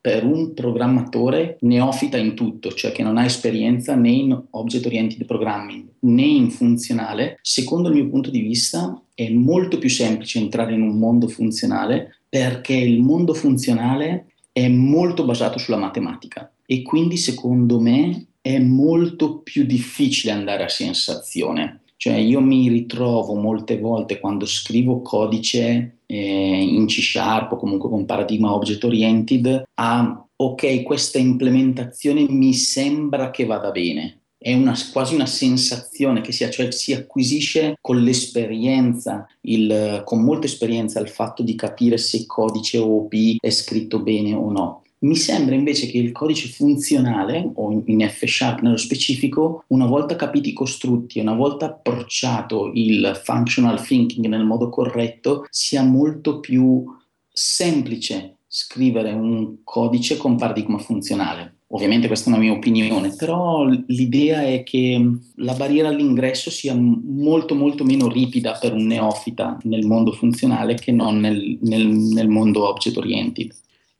per un programmatore neofita in tutto, cioè che non ha esperienza né in Object Oriented Programming né in funzionale, secondo il mio punto di vista è molto più semplice entrare in un mondo funzionale, perché il mondo funzionale è molto basato sulla matematica e quindi secondo me è molto più difficile andare a sensazione. Cioè io mi ritrovo molte volte quando scrivo codice in C Sharp o comunque con paradigma object oriented a ok, questa implementazione mi sembra che vada bene. È quasi una sensazione che cioè si acquisisce con l'esperienza, con molta esperienza, il fatto di capire se codice OOP è scritto bene o no. Mi sembra invece che il codice funzionale, o in F Sharp nello specifico, una volta capiti i costrutti, una volta approcciato il functional thinking nel modo corretto, sia molto più semplice scrivere un codice con paradigma funzionale. Ovviamente questa è una mia opinione, però l'idea è che la barriera all'ingresso sia molto molto meno ripida per un neofita nel mondo funzionale che non nel mondo object oriented.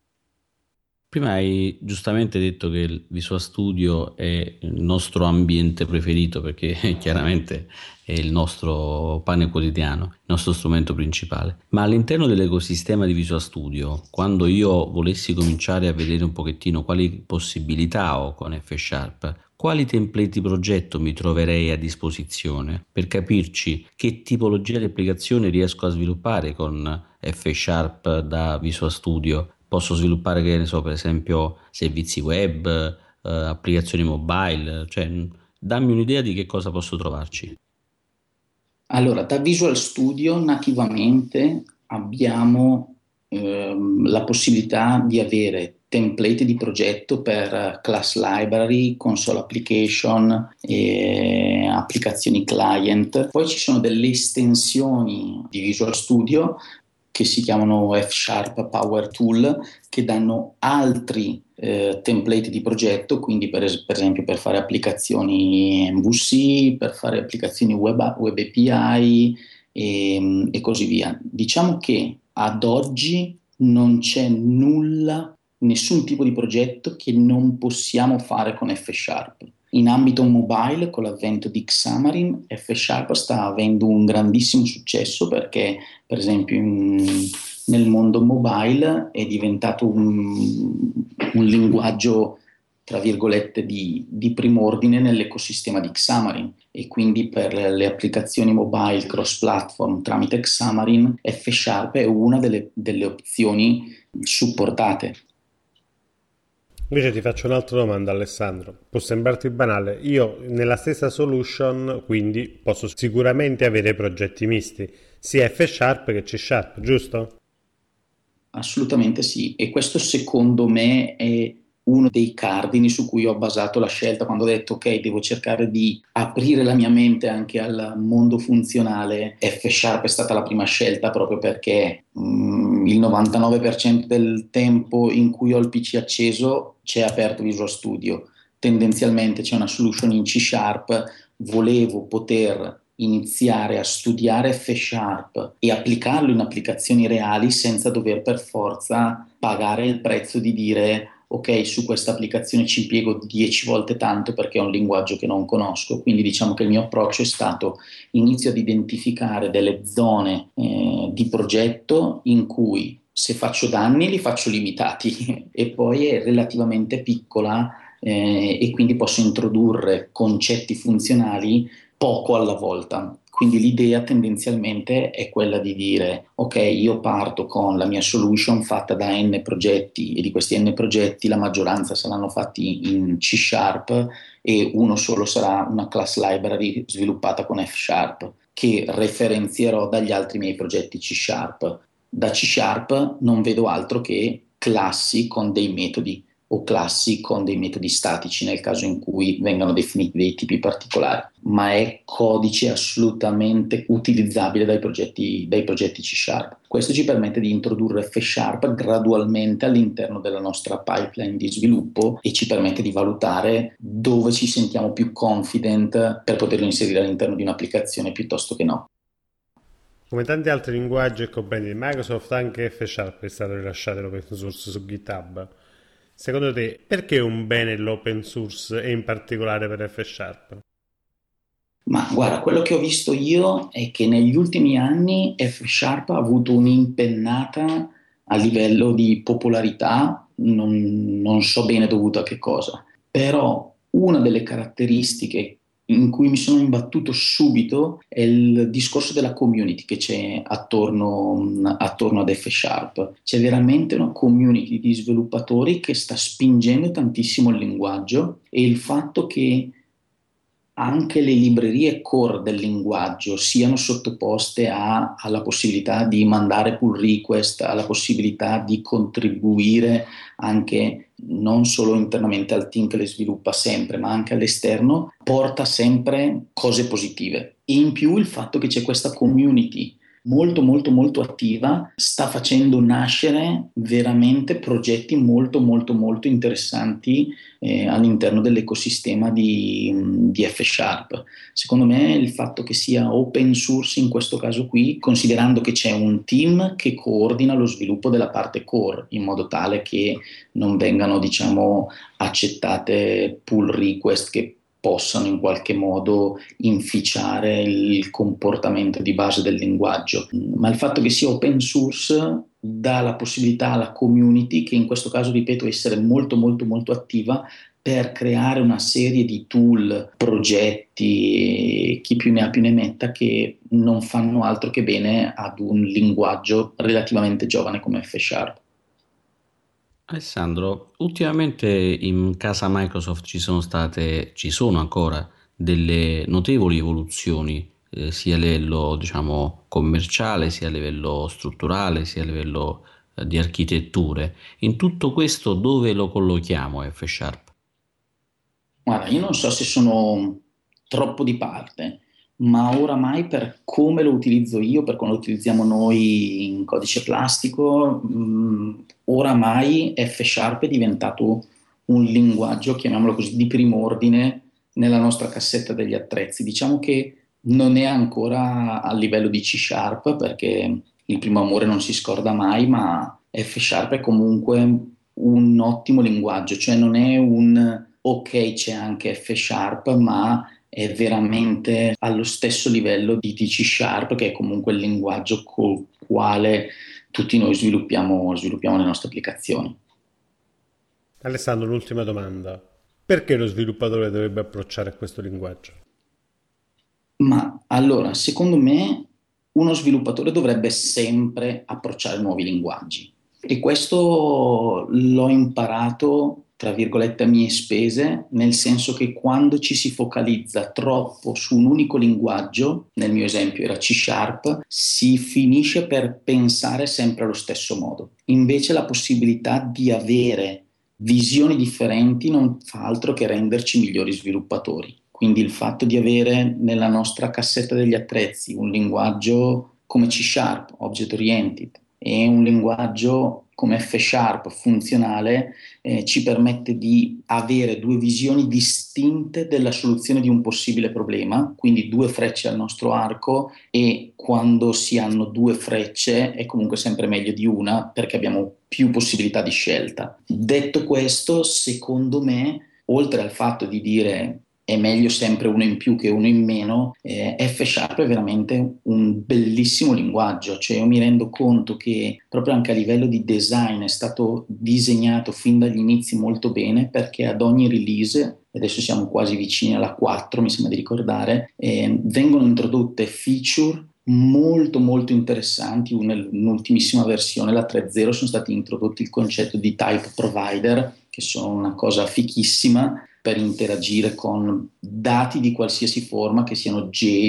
Prima hai giustamente detto che il Visual Studio è il nostro ambiente preferito perché chiaramente è il nostro pane quotidiano, il nostro strumento principale. Ma all'interno dell'ecosistema di Visual Studio, quando io volessi cominciare a vedere un pochettino quali possibilità ho con F Sharp, quali template di progetto mi troverei a disposizione per capirci che tipologia di applicazione riesco a sviluppare con F Sharp da Visual Studio? Posso sviluppare, che ne so, per esempio, servizi web, applicazioni mobile, cioè dammi un'idea di che cosa posso trovarci. Allora, da Visual Studio nativamente abbiamo la possibilità di avere template di progetto per class library, console application e applicazioni client. Poi ci sono delle estensioni di Visual Studio che si chiamano F-Sharp Power Tool, che danno altri template di progetto, quindi per esempio per fare applicazioni MVC, per fare applicazioni web API e così via. Diciamo che ad oggi non c'è nulla, nessun tipo di progetto che non possiamo fare con F-Sharp. In ambito mobile, con l'avvento di Xamarin, F-Sharp sta avendo un grandissimo successo perché, per esempio, nel mondo mobile è diventato un linguaggio, tra virgolette, di prim'ordine nell'ecosistema di Xamarin e quindi per le applicazioni mobile cross-platform tramite Xamarin, F-Sharp è una delle opzioni supportate. Invece ti faccio un'altra domanda, Alessandro. Può sembrarti banale. Io nella stessa solution, quindi posso sicuramente avere progetti misti, sia F Sharp che C Sharp, giusto? Assolutamente sì, e questo secondo me è uno dei cardini su cui ho basato la scelta quando ho detto ok, devo cercare di aprire la mia mente anche al mondo funzionale. F Sharp è stata la prima scelta proprio perché il 99% del tempo in cui ho il PC acceso c'è aperto Visual Studio. Tendenzialmente c'è una solution in C Sharp, volevo poter iniziare a studiare F Sharp e applicarlo in applicazioni reali senza dover per forza pagare il prezzo di dire ok, su questa applicazione ci impiego 10 volte tanto perché è un linguaggio che non conosco. Quindi diciamo che il mio approccio è stato inizio ad identificare delle zone di progetto in cui se faccio danni li faccio limitati e poi è relativamente piccola e quindi posso introdurre concetti funzionali poco alla volta. Quindi l'idea tendenzialmente è quella di dire ok, io parto con la mia solution fatta da n progetti e di questi n progetti la maggioranza saranno fatti in C Sharp e uno solo sarà una class library sviluppata con F Sharp che referenzierò dagli altri miei progetti C Sharp. Da C Sharp non vedo altro che classi con dei metodi o classi con dei metodi statici nel caso in cui vengano definiti dei tipi particolari, ma è codice assolutamente utilizzabile dai progetti C Sharp. Questo ci permette di introdurre F Sharp gradualmente all'interno della nostra pipeline di sviluppo e ci permette di valutare dove ci sentiamo più confident per poterlo inserire all'interno di un'applicazione piuttosto che no. Come tanti altri linguaggi e componenti di Microsoft, anche F Sharp è stato rilasciato in open source su GitHub. Secondo te, perché è un bene l'open source e in particolare per F Sharp? Ma guarda, quello che ho visto io è che negli ultimi anni F Sharp ha avuto un'impennata a livello di popolarità, non so bene dovuto a che cosa, però una delle caratteristiche in cui mi sono imbattuto subito è il discorso della community che c'è attorno ad F Sharp. C'è veramente una community di sviluppatori che sta spingendo tantissimo il linguaggio e il fatto che anche le librerie core del linguaggio siano sottoposte alla possibilità di mandare pull request, alla possibilità di contribuire anche non solo internamente al team che le sviluppa sempre, ma anche all'esterno, porta sempre cose positive. In più il fatto che c'è questa community molto molto molto attiva sta facendo nascere veramente progetti molto molto molto interessanti all'interno dell'ecosistema di F Sharp. Secondo me il fatto che sia open source in questo caso qui, considerando che c'è un team che coordina lo sviluppo della parte core in modo tale che non vengano, diciamo, accettate pull request che possano in qualche modo inficiare il comportamento di base del linguaggio. Ma il fatto che sia open source dà la possibilità alla community, che in questo caso, ripeto, essere molto molto molto attiva per creare una serie di tool, progetti, chi più ne ha più ne metta, che non fanno altro che bene ad un linguaggio relativamente giovane come F Sharp. Alessandro, ultimamente in casa Microsoft ci sono ancora delle notevoli evoluzioni, sia a livello, diciamo, commerciale, sia a livello strutturale, sia a livello, di architetture. In tutto questo dove lo collochiamo F Sharp? Guarda, io non so se sono troppo di parte, ma oramai per come lo utilizzo io, per come lo utilizziamo noi in codice plastico, oramai F Sharp è diventato un linguaggio, chiamiamolo così, di primo ordine nella nostra cassetta degli attrezzi. Diciamo che non è ancora a livello di C Sharp, perché il primo amore non si scorda mai, ma F Sharp è comunque un ottimo linguaggio, cioè non è un ok, c'è anche F Sharp, ma è veramente allo stesso livello di C Sharp, che è comunque il linguaggio col quale tutti noi sviluppiamo le nostre applicazioni. Alessandro, l'ultima domanda. Perché lo sviluppatore dovrebbe approcciare a questo linguaggio? Ma allora, secondo me, uno sviluppatore dovrebbe sempre approcciare nuovi linguaggi. E questo l'ho imparato, tra virgolette, a mie spese, nel senso che quando ci si focalizza troppo su un unico linguaggio, nel mio esempio era C Sharp, si finisce per pensare sempre allo stesso modo. Invece la possibilità di avere visioni differenti non fa altro che renderci migliori sviluppatori. Quindi il fatto di avere nella nostra cassetta degli attrezzi un linguaggio come C Sharp, Object Oriented, e un linguaggio come F Sharp funzionale ci permette di avere due visioni distinte della soluzione di un possibile problema, quindi due frecce al nostro arco, e quando si hanno due frecce è comunque sempre meglio di una perché abbiamo più possibilità di scelta. Detto questo, secondo me, oltre al fatto di dire è meglio sempre uno in più che uno in meno, F Sharp è veramente un bellissimo linguaggio, cioè io mi rendo conto che proprio anche a livello di design è stato disegnato fin dagli inizi molto bene, perché ad ogni release, e adesso siamo quasi vicini alla 4, mi sembra di ricordare, vengono introdotte feature molto molto interessanti. Nell'ultimissima versione, la 3.0, sono stati introdotti il concetto di type provider, che sono una cosa fichissima per interagire con dati di qualsiasi forma, che siano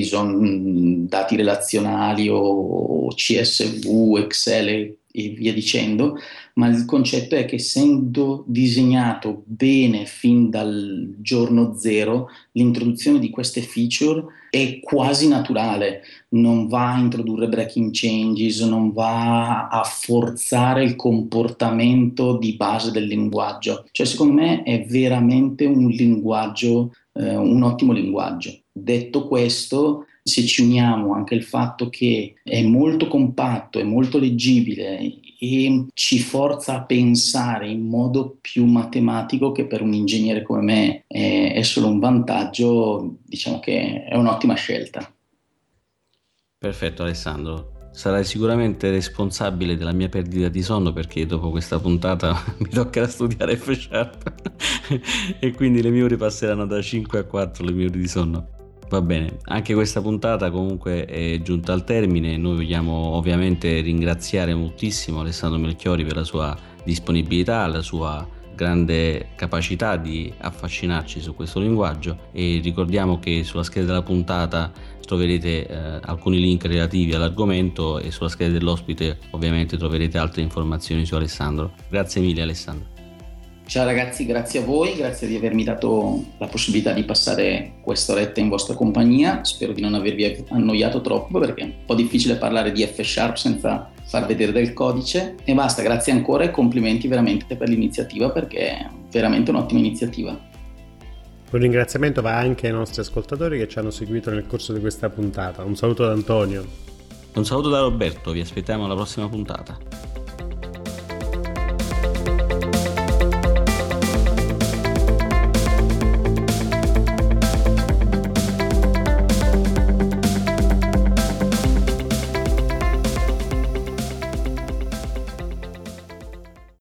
JSON, dati relazionali o CSV, Excel e via dicendo, ma il concetto è che, essendo disegnato bene fin dal giorno zero, l'introduzione di queste feature è quasi naturale, non va a introdurre breaking changes, non va a forzare il comportamento di base del linguaggio. Cioè, secondo me è veramente un linguaggio, un ottimo linguaggio. Detto questo, Se ci uniamo anche il fatto che è molto compatto, è molto leggibile e ci forza a pensare in modo più matematico, che per un ingegnere come me è solo un vantaggio, diciamo che è un'ottima scelta. Perfetto Alessandro, sarai sicuramente responsabile della mia perdita di sonno perché dopo questa puntata mi toccherà studiare F Sharp e quindi le mie ore passeranno da 5 a 4 le mie ore di sonno. Va bene, anche questa puntata comunque è giunta al termine. Noi vogliamo ovviamente ringraziare moltissimo Alessandro Melchiori per la sua disponibilità, la sua grande capacità di affascinarci su questo linguaggio, e ricordiamo che sulla scheda della puntata troverete alcuni link relativi all'argomento e sulla scheda dell'ospite ovviamente troverete altre informazioni su Alessandro. Grazie mille Alessandro. Ciao ragazzi, grazie a voi, grazie di avermi dato la possibilità di passare questa oretta in vostra compagnia. Spero di non avervi annoiato troppo, perché è un po' difficile parlare di F Sharp senza far vedere del codice. E basta, grazie ancora e complimenti veramente per l'iniziativa, perché è veramente un'ottima iniziativa. Un ringraziamento va anche ai nostri ascoltatori che ci hanno seguito nel corso di questa puntata. Un saluto da Antonio. Un saluto da Roberto, vi aspettiamo alla prossima puntata.